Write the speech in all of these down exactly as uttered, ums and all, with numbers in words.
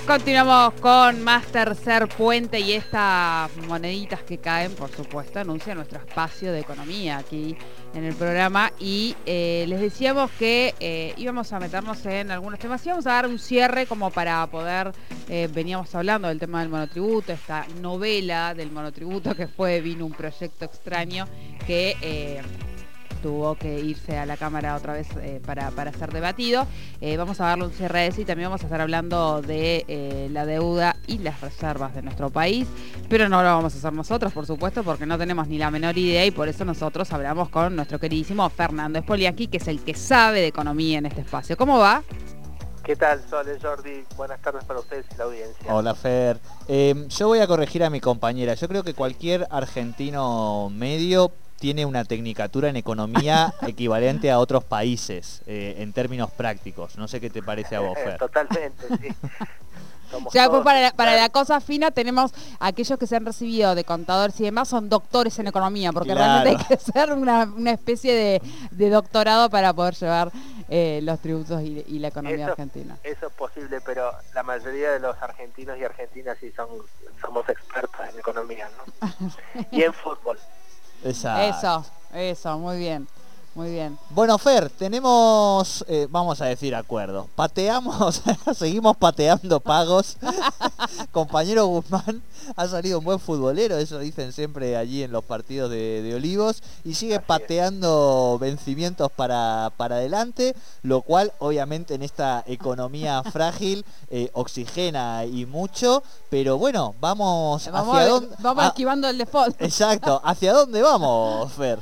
Continuamos con más Tercer Puente y estas moneditas que caen, por supuesto, anuncia nuestro espacio de economía aquí en el programa. Y eh, les decíamos que eh, íbamos a meternos en algunos temas. Íbamos a dar un cierre como para poder, eh, veníamos hablando del tema del monotributo, esta novela del monotributo que fue, vino un proyecto extraño que... Eh, tuvo que irse a la Cámara otra vez eh, para, para ser debatido. Eh, vamos a darle un cierre a eso y también vamos a estar hablando de eh, la deuda y las reservas de nuestro país, pero no lo vamos a hacer nosotros, por supuesto, porque no tenemos ni la menor idea y por eso nosotros hablamos con nuestro queridísimo Fernando Spoliansky, que es el que sabe de economía en este espacio. ¿Cómo va? ¿Qué tal, Sole, Jordi? Buenas tardes para ustedes y la audiencia. Hola, Fer. Eh, yo voy a corregir a mi compañera. Yo creo que cualquier argentino medio tiene una tecnicatura en economía equivalente a otros países, eh, en términos prácticos. No sé qué te parece a vos, Fer. Totalmente, sí. O sea, pues para, la, para la cosa fina tenemos aquellos que se han recibido de contadores y demás, son doctores en economía, porque Claro. realmente hay que ser una, una especie de, de doctorado para poder llevar eh, los tributos y, y la economía eso, argentina. Eso es posible, pero la mayoría de los argentinos y argentinas sí son, somos expertos en economía, ¿no? Y en fútbol. Exacto. Eso, eso, muy bien, muy bien. Bueno, Fer, tenemos, eh, vamos a decir, acuerdo. Pateamos, seguimos pateando pagos. Compañero Guzmán ha salido un buen futbolero, eso dicen siempre allí en los partidos de, de Olivos, y sigue Así pateando es. vencimientos para, para adelante, lo cual obviamente en esta economía frágil eh, oxigena y mucho, pero bueno, vamos, Vamos, hacia a- dónde... vamos a- esquivando el default. Exacto, ¿hacia dónde vamos, Fer?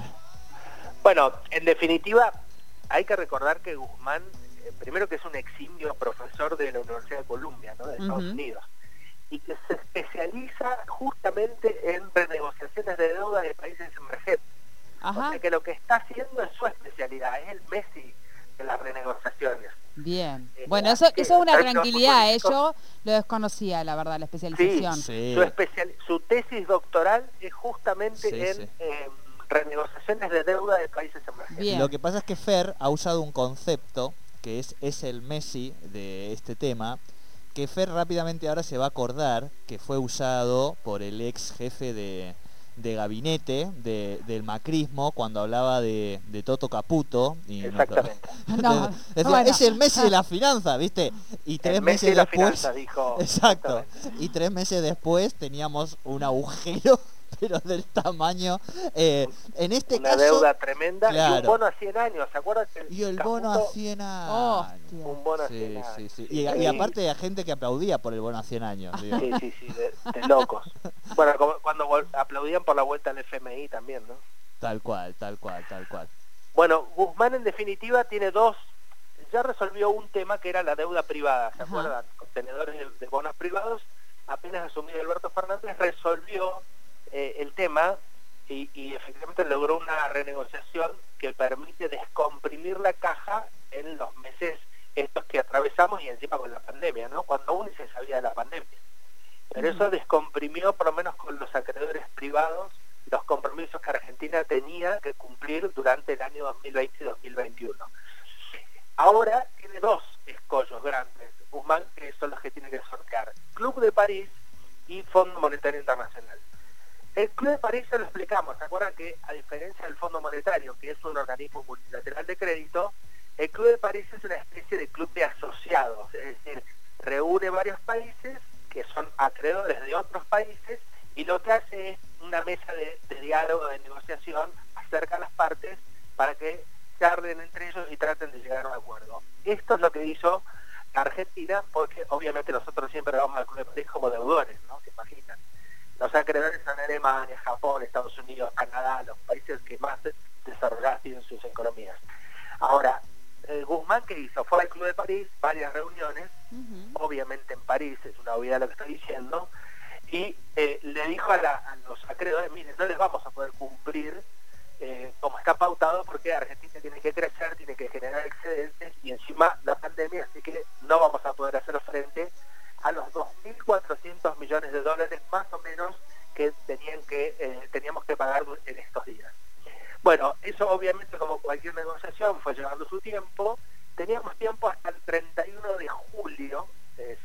Bueno, en definitiva, hay que recordar que Guzmán, eh, primero que es un eximio profesor de la Universidad de Columbia, ¿no? De Estados Uh-huh. Unidos, y que se especializa justamente en renegociaciones de deuda de países emergentes. Ajá. O sea que lo que está haciendo es su especialidad, es el Messi de las renegociaciones. Bien. Eh, Bueno, eso, que eso es una en términos tranquilidad, ¿eh? futbolísticos- Yo lo desconocía, la verdad, la especialización. Sí. Su, especial, su tesis doctoral es justamente Sí, en sí. eh, renegociaciones de deuda de países emergentes. Bien. Lo que pasa es que Fer ha usado un concepto que es, es el Messi de este tema, que Fer rápidamente ahora se va a acordar que fue usado por el ex jefe de, de gabinete de, del macrismo cuando hablaba de, de Toto Caputo. Y nos- Exactamente. No, decía, bueno. es el Messi de la finanza, ¿viste? Y tres El Messi de meses la después... finanza, dijo. Exacto. Exactamente. Y tres meses después teníamos un agujero, pero del tamaño. Eh, en este Una caso. deuda tremenda y claro. un bono a cien años, ¿se acuerdan? Que Y el Caputo- bono a cien años. Hostia. Un bono a Sí, cien años. sí, sí. Sí, Y, y sí. aparte de gente que aplaudía por el bono a cien años. digo. Sí, sí, sí, de, de locos. Bueno, como cuando vol- aplaudían por la vuelta al F M I también, ¿no? Tal cual, tal cual, tal cual. Bueno, Guzmán en definitiva tiene dos, ya resolvió un tema que era la deuda privada, ¿se Ajá. acuerdan? Contenedores de, de bonos privados, apenas asumió Alberto Fernández, resolvió eh, el tema y, y efectivamente logró una renegociación que permite descomprimir la caja en los meses estos que atravesamos y encima con la pandemia, ¿no? Cuando aún ni se sabía de la pandemia. Pero eso descomprimió, por lo menos con los acreedores privados, los compromisos que Argentina tenía que cumplir durante el año dos mil veinte y dos mil veintiuno. Ahora tiene dos escollos grandes, Guzmán, que son los que tiene que sortear: Club de París y Fondo Monetario Internacional. El Club de París se lo explicamos, ¿se acuerdan que a diferencia del Fondo Monetario, que es un organismo multilateral de crédito, el Club de París es una especie de club de asociados, es decir, reúne varios países que son acreedores de otros países y lo que hace es una mesa de, de diálogo, de negociación, acerca a las partes para que charlen entre ellos y traten de llegar a un acuerdo. Esto es lo que hizo Argentina, porque obviamente nosotros siempre vamos al Club de París como deudores, ¿no? ¿Se imaginan? Los acreedores son Alemania, Japón, Estados Unidos, Canadá, los países que más desarrollados tienen sus economías. Ahora, eh, Guzmán, ¿qué hizo? Fue al Club de París, varias reuniones, Uh-huh. obviamente en París, es una obviedad lo que estoy diciendo, y eh, le dijo a, la, a los acreedores: miren, no les vamos a poder cumplir eh, como está pautado, porque Argentina tiene que crecer, tiene que generar excedentes y encima la pandemia, así que no vamos a poder hacer frente a los dos mil cuatrocientos millones de dólares más o menos que tenían que eh, teníamos que pagar en estos días. Bueno, eso obviamente, como cualquier negociación, fue llevando su tiempo. Teníamos tiempo hasta el treinta y uno de julio, es decir, el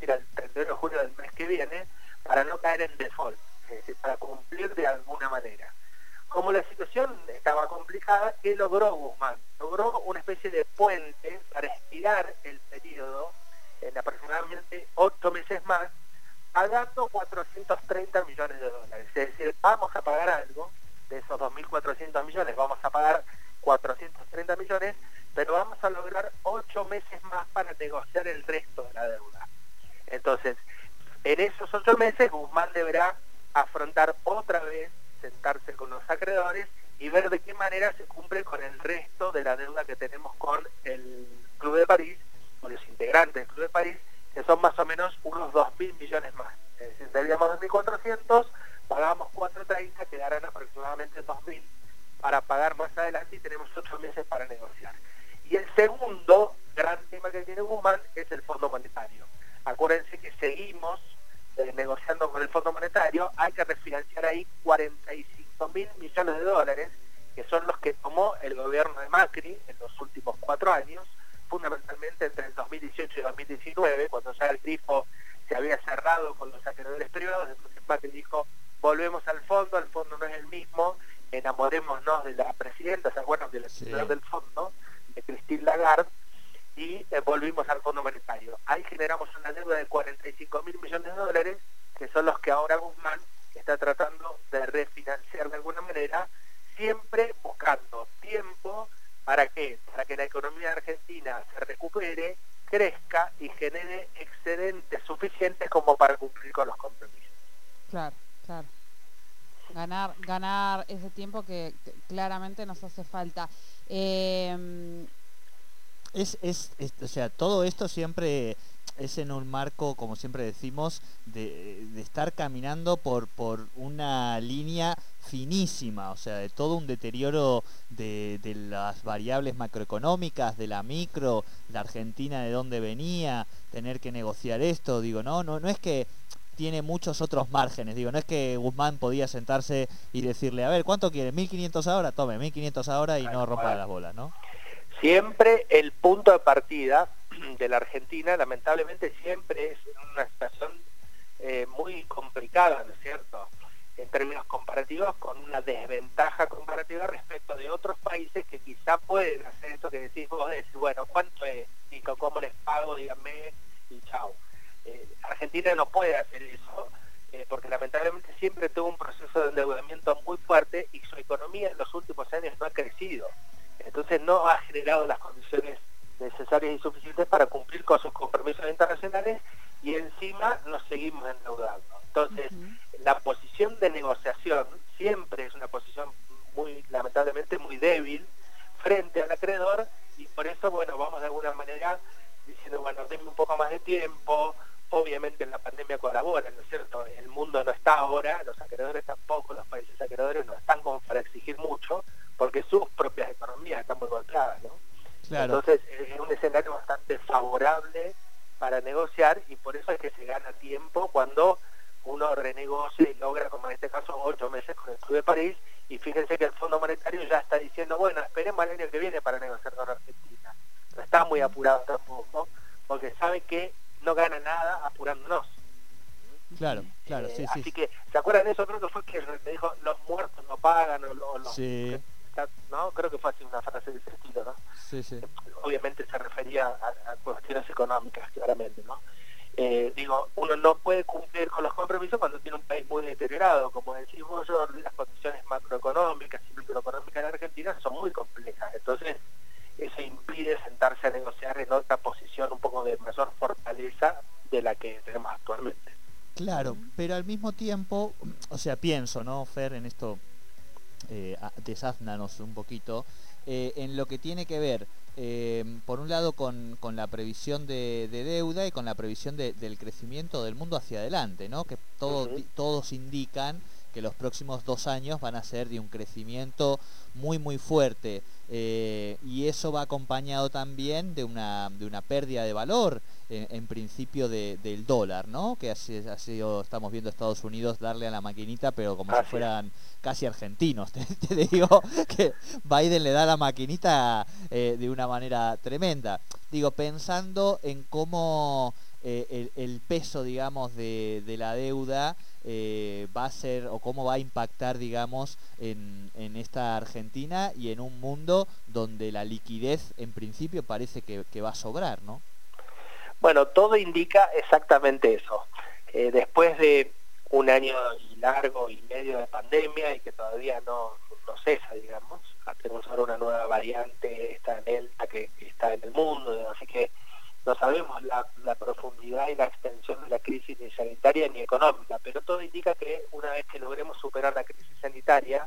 treinta y uno de julio del mes que viene, para no caer en default, es decir, para cumplir de alguna manera. Como la situación estaba complicada, ¿qué logró Guzmán? Logró una especie de puente para estirar el periodo en aproximadamente ocho meses más, pagando cuatrocientos treinta millones de dólares. Es decir, vamos a pagar algo de esos dos mil cuatrocientos millones, vamos a pagar cuatrocientos treinta millones, pero vamos a lograr ocho meses más para negociar el resto de la deuda. Entonces, en esos ocho meses, Guzmán deberá afrontar otra vez, sentarse con los acreedores y ver de qué manera se cumple con el resto de la deuda que tenemos con el Club de París, con los integrantes del Club de París, que son más o menos unos dos mil millones más. Es decir, debíamos dos mil cuatrocientos, pagamos cuatrocientos treinta, quedarán aproximadamente dos mil para pagar más adelante y tenemos ocho meses para negociar. Y el segundo gran tema que tiene Guzmán es el Fondo Monetario. Acuérdense que seguimos eh, negociando con el Fondo Monetario, hay que refinanciar ahí cuarenta y cinco mil millones de dólares, que son los que tomó el gobierno de Macri en los últimos cuatro años, fundamentalmente entre el dos mil dieciocho y dos mil diecinueve, cuando ya el grifo se había cerrado con los acreedores privados. Entonces Macri dijo, volvemos al fondo, el fondo no es el mismo, enamorémonos de la presidenta, ¿se acuerdan de la titular sí. del fondo? De Christine Lagarde, y eh, volvimos al Fondo Monetario. Ahí generamos una deuda de cuarenta y cinco mil millones de dólares, que son los que ahora Guzmán está tratando de refinanciar de alguna manera, siempre buscando tiempo. ¿Para qué? Para que la economía argentina se recupere, crezca y genere excedentes suficientes como para cumplir con los compromisos. Claro, claro. Ganar, ganar ese tiempo que, que claramente nos hace falta. Eh... Es, es, es, o sea, todo esto siempre es en un marco, como siempre decimos, de, de estar caminando por, por una línea finísima, o sea, de todo un deterioro de, de las variables macroeconómicas, de la micro, la Argentina de dónde venía, tener que negociar esto, digo, no, no, no es que tiene muchos otros márgenes, digo, no es que Guzmán podía sentarse y decirle, a ver, ¿cuánto quiere? ¿mil quinientos ahora? Tome, mil quinientos ahora y no rompa las bolas, ¿no? Siempre el punto de partida de la Argentina, lamentablemente, siempre es una situación eh, muy complicada, ¿no es cierto?, en términos comparativos, con una desventaja comparativa respecto de otros países que quizá pueden hacer esto que decís vos, de decir, bueno, ¿cuánto es? Y ¿cómo les pago? Díganme y chao. Eh, Argentina no puede hacer eso, eh, porque lamentablemente siempre tuvo un proceso de endeudamiento muy fuerte y su economía en los últimos años no ha crecido. Entonces no ha generado las condiciones necesarias y suficientes para cumplir con sus compromisos internacionales y encima nos seguimos endeudando. Entonces, uh-huh. la posición de negociación siempre es una posición muy, lamentablemente, muy débil frente al acreedor, y por eso, bueno, vamos de alguna manera diciendo, bueno, denme un poco más de tiempo. Obviamente la pandemia colabora, ¿no es cierto? El mundo no está ahora, los acreedores tampoco, los países acreedores no están como para exigir mucho, porque sus propias economías están muy golpeadas, ¿no? Claro. Entonces es un escenario bastante favorable para negociar, y por eso es que se gana tiempo cuando uno renegocia y logra, como en este caso, ocho meses con el Club de París, y fíjense que el Fondo Monetario ya está diciendo, bueno, esperemos al año que viene para negociar con Argentina. No está muy apurado tampoco, porque sabe que no gana nada apurándonos. Claro, claro, eh, sí, así sí. que, ¿se acuerdan de eso? Creo que fue que me dijo, los muertos no pagan, o los... Sí. ¿no? Creo que fue así una frase de ese estilo, ¿no? Sí, sí. Obviamente se refería a, a cuestiones económicas, claramente, ¿no? Eh, digo, uno no puede cumplir con los compromisos cuando tiene un país muy deteriorado. Como decís vos, las condiciones macroeconómicas y microeconómicas de Argentina son muy complejas. Entonces, eso impide sentarse a negociar en otra posición un poco de mayor fortaleza de la que tenemos actualmente. Claro, pero al mismo tiempo, o sea, pienso, ¿no, Fer, en esto, eh, desáznanos un poquito, eh, en lo que tiene que ver, eh, por un lado, con, con la previsión de, de deuda y con la previsión de, del crecimiento del mundo hacia adelante, ¿no? Que todo, uh-huh. todos indican que los próximos dos años van a ser de un crecimiento muy muy fuerte, eh, y eso va acompañado también de una de una pérdida de valor en, en principio de, del dólar, ¿no? Que así, así estamos viendo a Estados Unidos darle a la maquinita, pero como así si fueran casi argentinos. Te, te digo que Biden le da la maquinita eh, de una manera tremenda. Digo, pensando en cómo eh, el, el peso, digamos, de, de la deuda eh, va a ser, o cómo va a impactar, digamos, en, en esta Argentina y en un mundo donde la liquidez, en principio, parece que, que va a sobrar, ¿no? Bueno, todo indica exactamente eso. Eh, después de un año y largo y medio de pandemia y que todavía no, no cesa, digamos, tenemos ahora una nueva variante, esta Delta, que, que está en el mundo, así que no sabemos la, la profundidad y la extensión de la crisis ni sanitaria ni económica, pero todo indica que una vez que logremos superar la crisis sanitaria,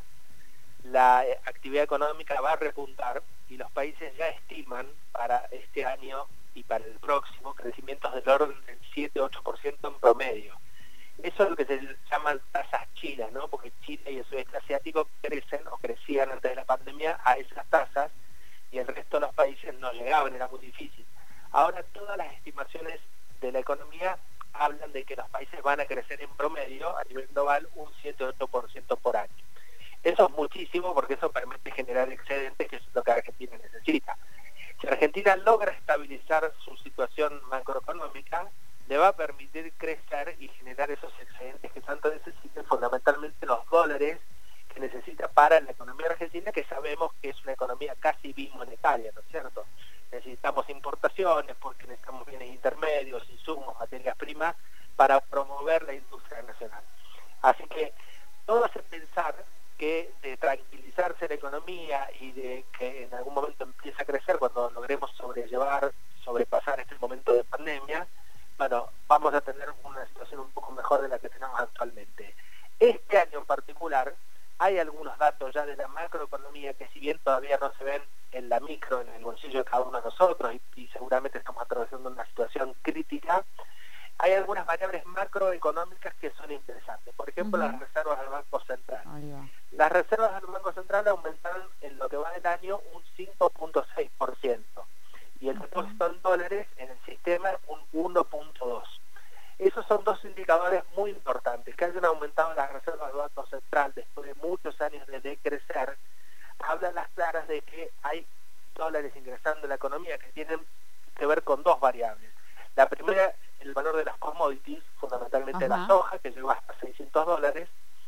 la eh, actividad económica va a repuntar y los países ya estiman para este año y para el próximo crecimientos del orden del siete a ocho por ciento en promedio. Eso es lo que se llaman tasas chinas, ¿no? Porque China y el sudeste asiático crecen o crecían antes de la pandemia a esas tasas y el resto de los países no llegaban, era muy difícil. Ahora todas las estimaciones de la economía hablan de que los países van a crecer en promedio a nivel global un siete a ocho por ciento por año. Eso es muchísimo porque eso permite generar excedentes, que es lo que Argentina necesita. Si Argentina logra estabilizar su situación macroeconómica, le va a permitir crecer y generar esos excedentes que tanto necesitan, fundamentalmente los dólares que necesita para la economía argentina, que sabemos que es una economía casi bimonetaria, ¿no es cierto? Necesitamos importaciones porque necesitamos bienes intermedios, insumos, materias primas para promover la industria nacional. Así que todo hace pensar que de tranquilizarse la economía y de que en algún momento empiece a crecer cuando logremos sobrellevar, sobrepasar este momento de pandemia, bueno, vamos a tener una situación un poco mejor de la que tenemos actualmente. Este año en particular hay algunos datos ya de la macroeconomía que, si bien todavía no se ven en la micro, en el bolsillo de cada uno de nosotros, y, y seguramente estamos atravesando una situación crítica, hay algunas variables macroeconómicas que son interesantes. Por ejemplo, uh-huh. las reservas del Banco Central. Oh, las reservas del Banco Central aumentaron en lo que va del año un cinco punto seis por ciento y el depósito en dólares en el sistema un uno punto dos por ciento. Esos son dos indicadores muy importantes. Que hayan aumentado las reservas del Banco Central después de muchos años de decrecer, hablan las claras de que hay dólares ingresando en la economía que tienen que ver con dos variables. La primera, el valor de las commodities, fundamentalmente Ajá. la soja, que llegó hasta seiscientos dólares,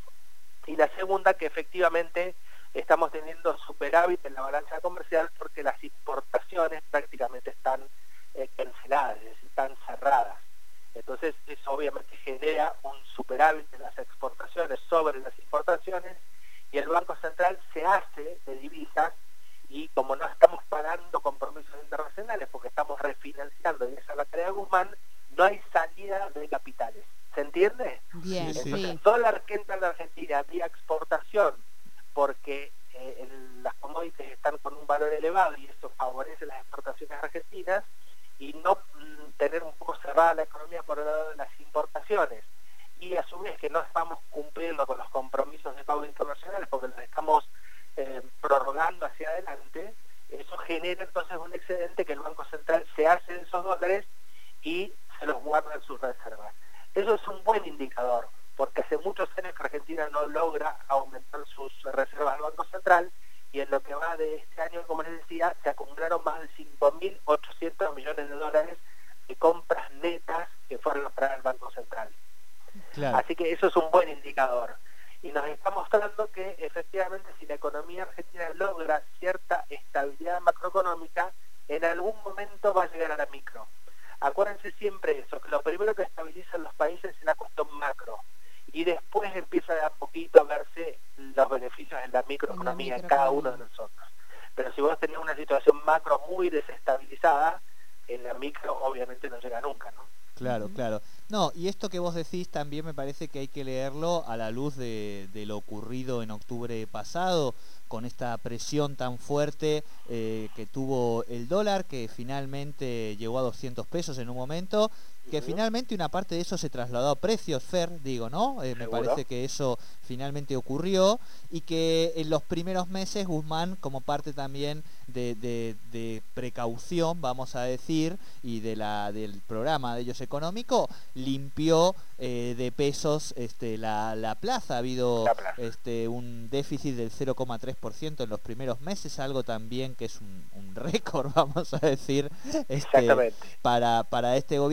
y la segunda, que efectivamente estamos teniendo superávit en la balanza comercial porque las importaciones prácticamente están eh, canceladas, es decir, están cerradas. Entonces eso obviamente genera un superávit en las exportaciones sobre las importaciones y el Banco Central se hace de divisas y como no estamos pagando compromisos internacionales porque estamos refinanciando y esa es la tarea de Guzmán, no hay salida de capitales. ¿Se entiende? Bien, Entonces, sí. el dólar que entra en la Argentina vía exportación porque eh, el, las commodities están con un valor elevado y eso favorece las exportaciones argentinas y no mm, tener un poco cerrada la economía por el lado de las importaciones y a su vez que no estamos cumpliendo con los compromisos de pago internacionales porque los estamos eh, prorrogando hacia adelante, eso genera entonces un excedente que el Banco Central se hace de esos dólares y se los guarda en sus reservas. Eso es un buen indicador, porque hace muchos años que Argentina no logra aumentar sus reservas al Banco Central y en lo que va de este año, como les decía, se acumularon más de cinco mil ochocientos millones de dólares de compras netas que fueron a parar al Banco Central. Claro. Así que eso es un buen indicador. Y nos está mostrando que efectivamente si la economía argentina logra cierta estabilidad macroeconómica, en algún momento va a llegar a la micro. Acuérdense siempre eso, que lo primero que estabilizan los países es la cuestión macro y después empieza de a poquito a verse los beneficios en la microeconomía en cada uno de nosotros. Pero si vos tenés una situación macro muy desestabilizada, en la micro obviamente no llega nunca, ¿no? Claro, claro. No, y esto que vos decís también me parece que hay que leerlo a la luz de, de lo ocurrido en octubre pasado, con esta presión tan fuerte eh, que tuvo el dólar, que finalmente llegó a doscientos pesos en un momento, que finalmente una parte de eso se trasladó a precios, Fer, digo, ¿no? Eh, me parece que eso finalmente ocurrió y que en los primeros meses Guzmán, como parte también de, de, de precaución, vamos a decir, y de la del programa de ellos económico, limpió eh, de pesos este, la, la plaza. Ha habido plaza. Este, un déficit del cero coma tres por ciento en los primeros meses, algo también que es un, un récord, vamos a decir, este, para, para este gobierno.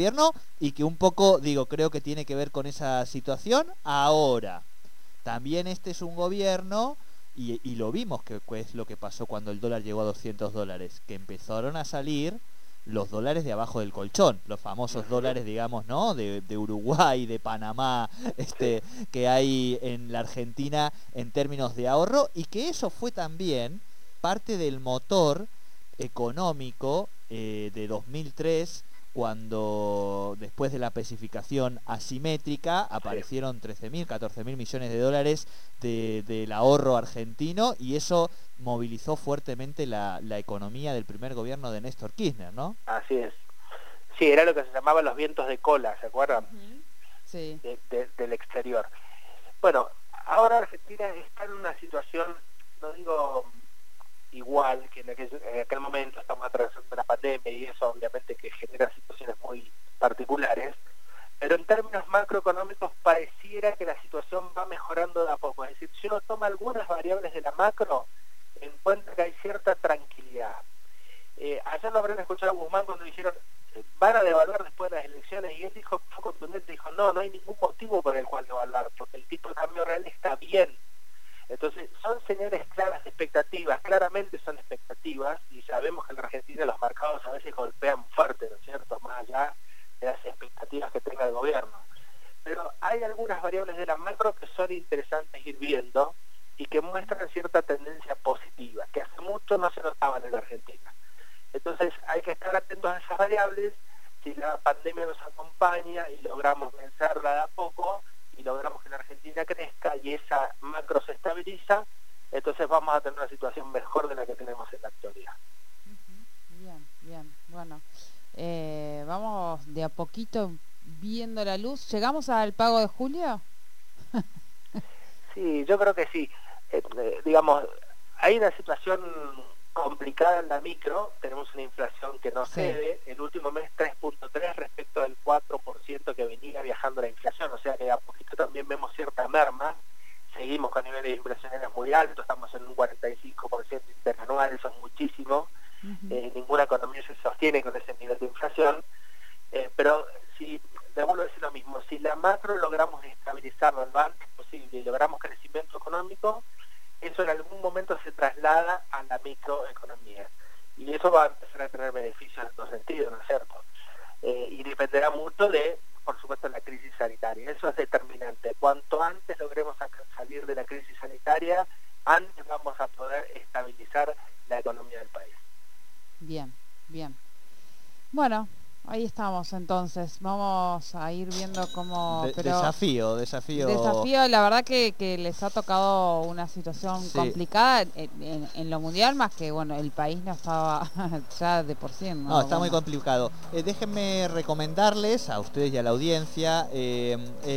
y que un poco, digo, creo que tiene que ver con esa situación. Ahora, también este es un gobierno, y, y lo vimos que, que es lo que pasó cuando el dólar llegó a doscientos dólares, que empezaron a salir los dólares de abajo del colchón, los famosos dólares, digamos, ¿no? De, de Uruguay, de Panamá, este, que hay en la Argentina en términos de ahorro, y que eso fue también parte del motor económico eh, de dos mil tres, cuando después de la especificación asimétrica aparecieron trece mil, catorce mil millones de dólares de, del ahorro argentino, y eso movilizó fuertemente la, la economía del primer gobierno de Néstor Kirchner, ¿no? Así es. Sí, era lo que se llamaba los vientos de cola, ¿se acuerdan? Uh-huh. Sí. De, de, del exterior. Bueno, ahora Argentina está en una situación, no digo igual que en aquel, en aquel momento, estamos atravesando la pandemia y eso obviamente que genera situaciones muy particulares, pero en términos macroeconómicos pareciera que la situación va mejorando de a poco. Es decir, si uno toma algunas variables de la macro, encuentra que hay cierta tranquilidad. Eh, ayer lo habrán escuchado a Guzmán cuando dijeron van a devaluar después de las elecciones, y él dijo, fue contundente, dijo, no, no hay ningún motivo por el cual devaluar, porque el tipo de cambio real está bien. Entonces, son señales claras de expectativas, claramente son expectativas, y sabemos que en la Argentina los mercados a veces golpean fuerte, ¿no es cierto?, más allá de las expectativas que tenga el gobierno. Pero hay algunas variables de la macro que son interesantes ir viendo y que muestran cierta tendencia positiva, que hace mucho no se notaban en la Argentina. Entonces, hay que estar atentos a esas variables. Si la pandemia nos acompaña y logramos vencerla de a poco, y logramos que la Argentina crezca y esa macro se estabiliza, entonces vamos a tener una situación mejor de la que tenemos en la actualidad. Uh-huh. Bien, bien, bueno. Eh, vamos de a poquito viendo la luz. ¿Llegamos al pago de julio? Sí, yo creo que sí. Eh, eh, digamos, hay una situación complicada en la micro, tenemos una inflación que no cede, sí. El último mes tres punto tres respecto del cuatro por ciento que venía viajando la inflación, o sea que a poquito también vemos cierta merma, seguimos con niveles de inflacionarios muy altos, estamos en un cuarenta y cinco por ciento interanual, eso es muchísimo, uh-huh. eh, ninguna economía se sostiene con ese nivel de inflación, eh, pero si, le vuelvo a decir lo mismo, si la macro logramos estabilizarlo lo antes posible y logramos crecimiento económico, eso en algún momento se traslada a la microeconomía. Y eso va a empezar a tener beneficios en todo sentido, ¿no es cierto? Eh, y dependerá mucho de, por supuesto, la crisis sanitaria. Eso es determinante. Cuanto antes logremos salir de la crisis sanitaria, antes vamos a poder estabilizar la economía del país. Bien, bien. Bueno, ahí estamos entonces, vamos a ir viendo cómo... De, pero desafío, desafío... Desafío, la verdad que, que les ha tocado una situación sí. complicada en, en, en lo mundial, más que, bueno, el país no estaba ya de por sí. No, no está bueno. muy complicado. Eh, déjenme recomendarles a ustedes y a la audiencia eh,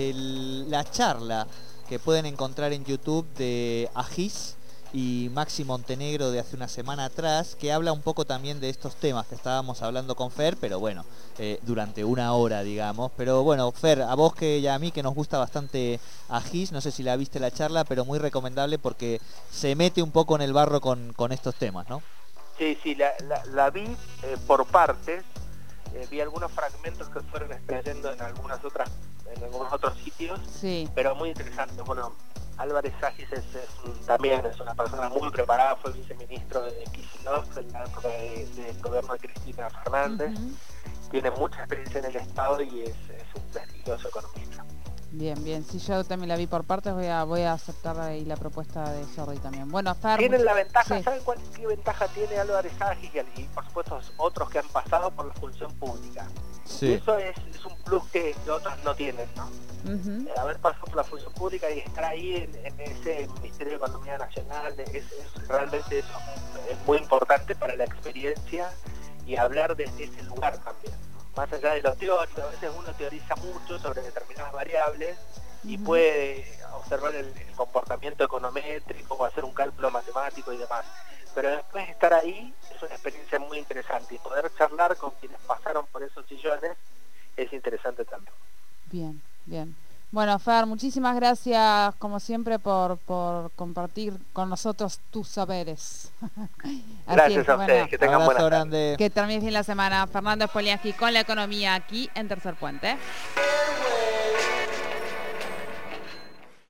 el, la charla que pueden encontrar en YouTube de Agis y Maxi Montenegro de hace una semana atrás, que habla un poco también de estos temas que estábamos hablando con Fer, pero bueno, eh, durante una hora, digamos. Pero bueno, Fer, a vos que y a mí que nos gusta bastante Agis, no sé si la viste la charla, pero muy recomendable porque se mete un poco en el barro con, con estos temas, ¿no? Sí, sí, la, la, la vi eh, por partes, eh, vi algunos fragmentos que fueron extrayendo en algunas otras, en algunos otros sitios, sí. Pero muy interesante. Bueno, Álvarez Agis es, es un, también es una persona muy preparada, fue viceministro de Kicillof en la época del de gobierno de Cristina Fernández, uh-huh. Tiene mucha experiencia en el Estado y es, es un prestigioso economista. Bien, bien, si sí, yo también la vi por partes, voy a voy a aceptar ahí la propuesta de Sordi también. Bueno, Fer, tienen la ventaja, sí. ¿Saben cuál qué ventaja tiene Álvarez Agis y, y por supuesto otros que han pasado por la función pública? Sí. Y eso es, es un plus que otros no tienen, ¿no? Uh-huh. Eh, haber pasado por la función pública y estar ahí en, en ese Ministerio de Economía Nacional es, es realmente eso es muy importante para la experiencia y hablar desde ese lugar también. Más allá de lo teórico, a veces uno teoriza mucho sobre determinadas variables uh-huh. y puede observar el, el comportamiento econométrico o hacer un cálculo matemático y demás. Pero después de estar ahí es una experiencia muy interesante y poder charlar con quienes pasaron por esos sillones es interesante también. Bien, bien. Bueno, Fer, muchísimas gracias, como siempre, por, por compartir con nosotros tus saberes. Gracias es, a bueno, ustedes, que tengan Abrazo buenas grande. que termines bien la semana. Fernando Spoliansky con la economía aquí en Tercer Puente.